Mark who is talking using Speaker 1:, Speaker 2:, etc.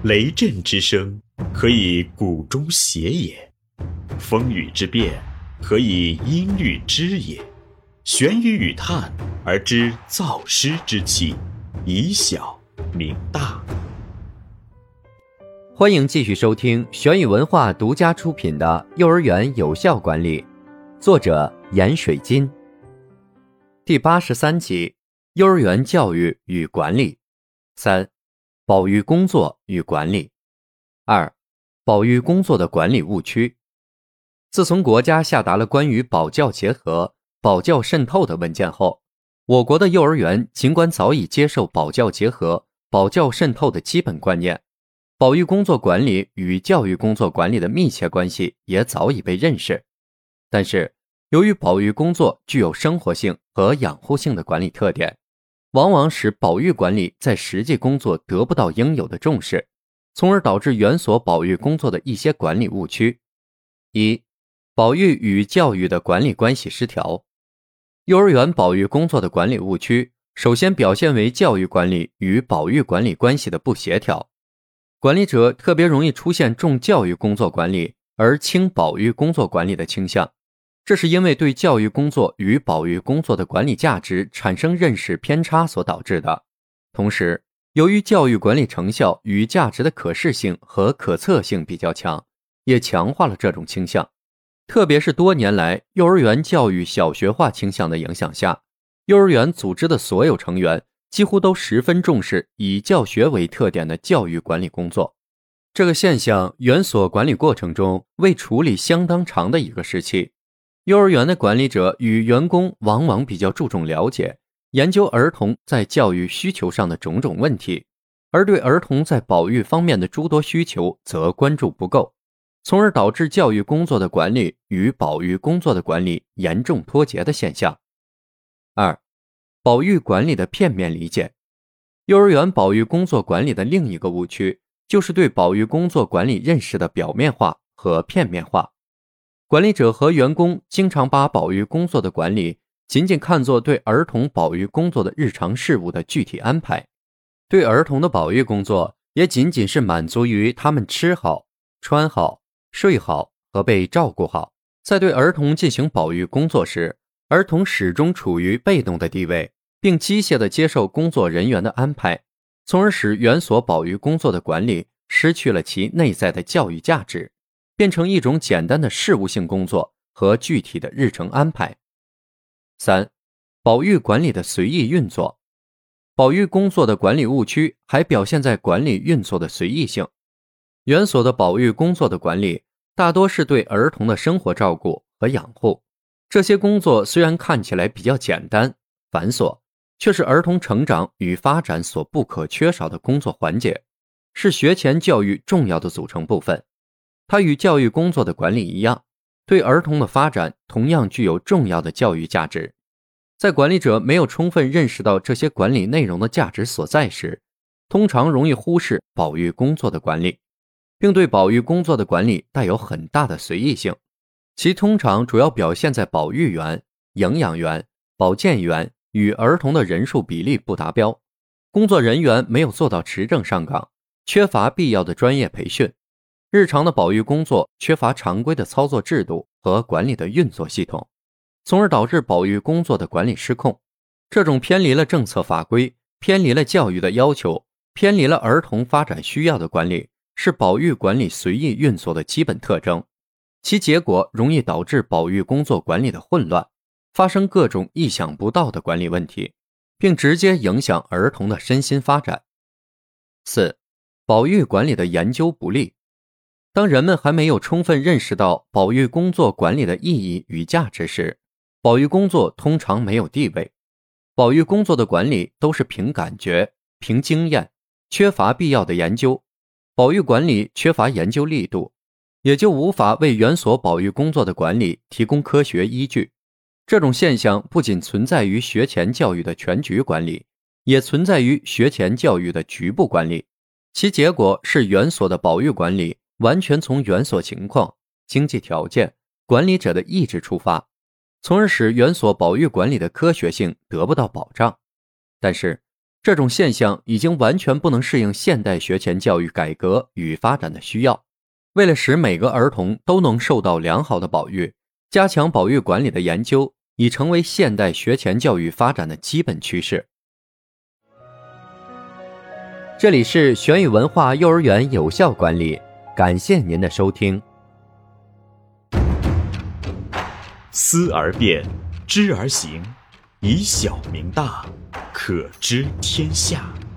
Speaker 1: 雷震之声，可以鼓中谐也；风雨之变，可以音律之也。玄于语叹而知造湿之气，以小明大。
Speaker 2: 欢迎继续收听玄宇文化独家出品的《幼儿园有效管理》，作者闫水金。第83集：幼儿园教育与管理。3. 保育工作与管理。2. 保育工作的管理误区。自从国家下达了关于保教结合、保教渗透的文件后，我国的幼儿园尽管早已接受保教结合、保教渗透的基本观念，保育工作管理与教育工作管理的密切关系也早已被认识。但是，由于保育工作具有生活性和养护性的管理特点，往往使保育管理在实际工作得不到应有的重视，从而导致园所保育工作的一些管理误区。1. 保育与教育的管理关系失调。幼儿园保育工作的管理误区，首先表现为教育管理与保育管理关系的不协调。管理者特别容易出现重教育工作管理而轻保育工作管理的倾向，这是因为对教育工作与保育工作的管理价值产生认识偏差所导致的。同时，由于教育管理成效与价值的可视性和可测性比较强，也强化了这种倾向。特别是多年来幼儿园教育小学化倾向的影响下，幼儿园组织的所有成员几乎都十分重视以教学为特点的教育管理工作。这个现象园所管理过程中未处理相当长的一个时期，幼儿园的管理者与员工往往比较注重了解、研究儿童在教育需求上的种种问题，而对儿童在保育方面的诸多需求则关注不够，从而导致教育工作的管理与保育工作的管理严重脱节的现象。2. 保育管理的片面理解。幼儿园保育工作管理的另一个误区，就是对保育工作管理认识的表面化和片面化。管理者和员工经常把保育工作的管理仅仅看作对儿童保育工作的日常事务的具体安排，对儿童的保育工作也仅仅是满足于他们吃好、穿好、睡好和被照顾好。在对儿童进行保育工作时，儿童始终处于被动的地位，并机械地接受工作人员的安排，从而使园所保育工作的管理失去了其内在的教育价值，变成一种简单的事务性工作和具体的日程安排。3. 保育管理的随意运作。保育工作的管理误区还表现在管理运作的随意性。园所的保育工作的管理大多是对儿童的生活照顾和养护，这些工作虽然看起来比较简单繁琐，却是儿童成长与发展所不可缺少的工作环节，是学前教育重要的组成部分。它与教育工作的管理一样，对儿童的发展同样具有重要的教育价值。在管理者没有充分认识到这些管理内容的价值所在时，通常容易忽视保育工作的管理，并对保育工作的管理带有很大的随意性。其通常主要表现在保育员、营养员、保健员与儿童的人数比例不达标，工作人员没有做到持证上岗，缺乏必要的专业培训，日常的保育工作缺乏常规的操作制度和管理的运作系统，从而导致保育工作的管理失控。这种偏离了政策法规、偏离了教育的要求、偏离了儿童发展需要的管理，是保育管理随意运作的基本特征。其结果容易导致保育工作管理的混乱，发生各种意想不到的管理问题，并直接影响儿童的身心发展。4. 保育管理的研究不力。当人们还没有充分认识到保育工作管理的意义与价值时，保育工作通常没有地位。保育工作的管理都是凭感觉、凭经验，缺乏必要的研究。保育管理缺乏研究力度，也就无法为园所保育工作的管理提供科学依据。这种现象不仅存在于学前教育的全局管理，也存在于学前教育的局部管理。其结果是园所的保育管理完全从园所情况、经济条件、管理者的意志出发，从而使园所保育管理的科学性得不到保障。但是， 这种现象已经完全不能适应现代学前教育改革与发展的需要。为了使每个儿童都能受到良好的保育，加强保育管理的研究已成为现代学前教育发展的基本趋势。这里是玄宇文化幼儿园有效管理，感谢您的收听。
Speaker 1: 思而变，知而行，以小明大，可知天下。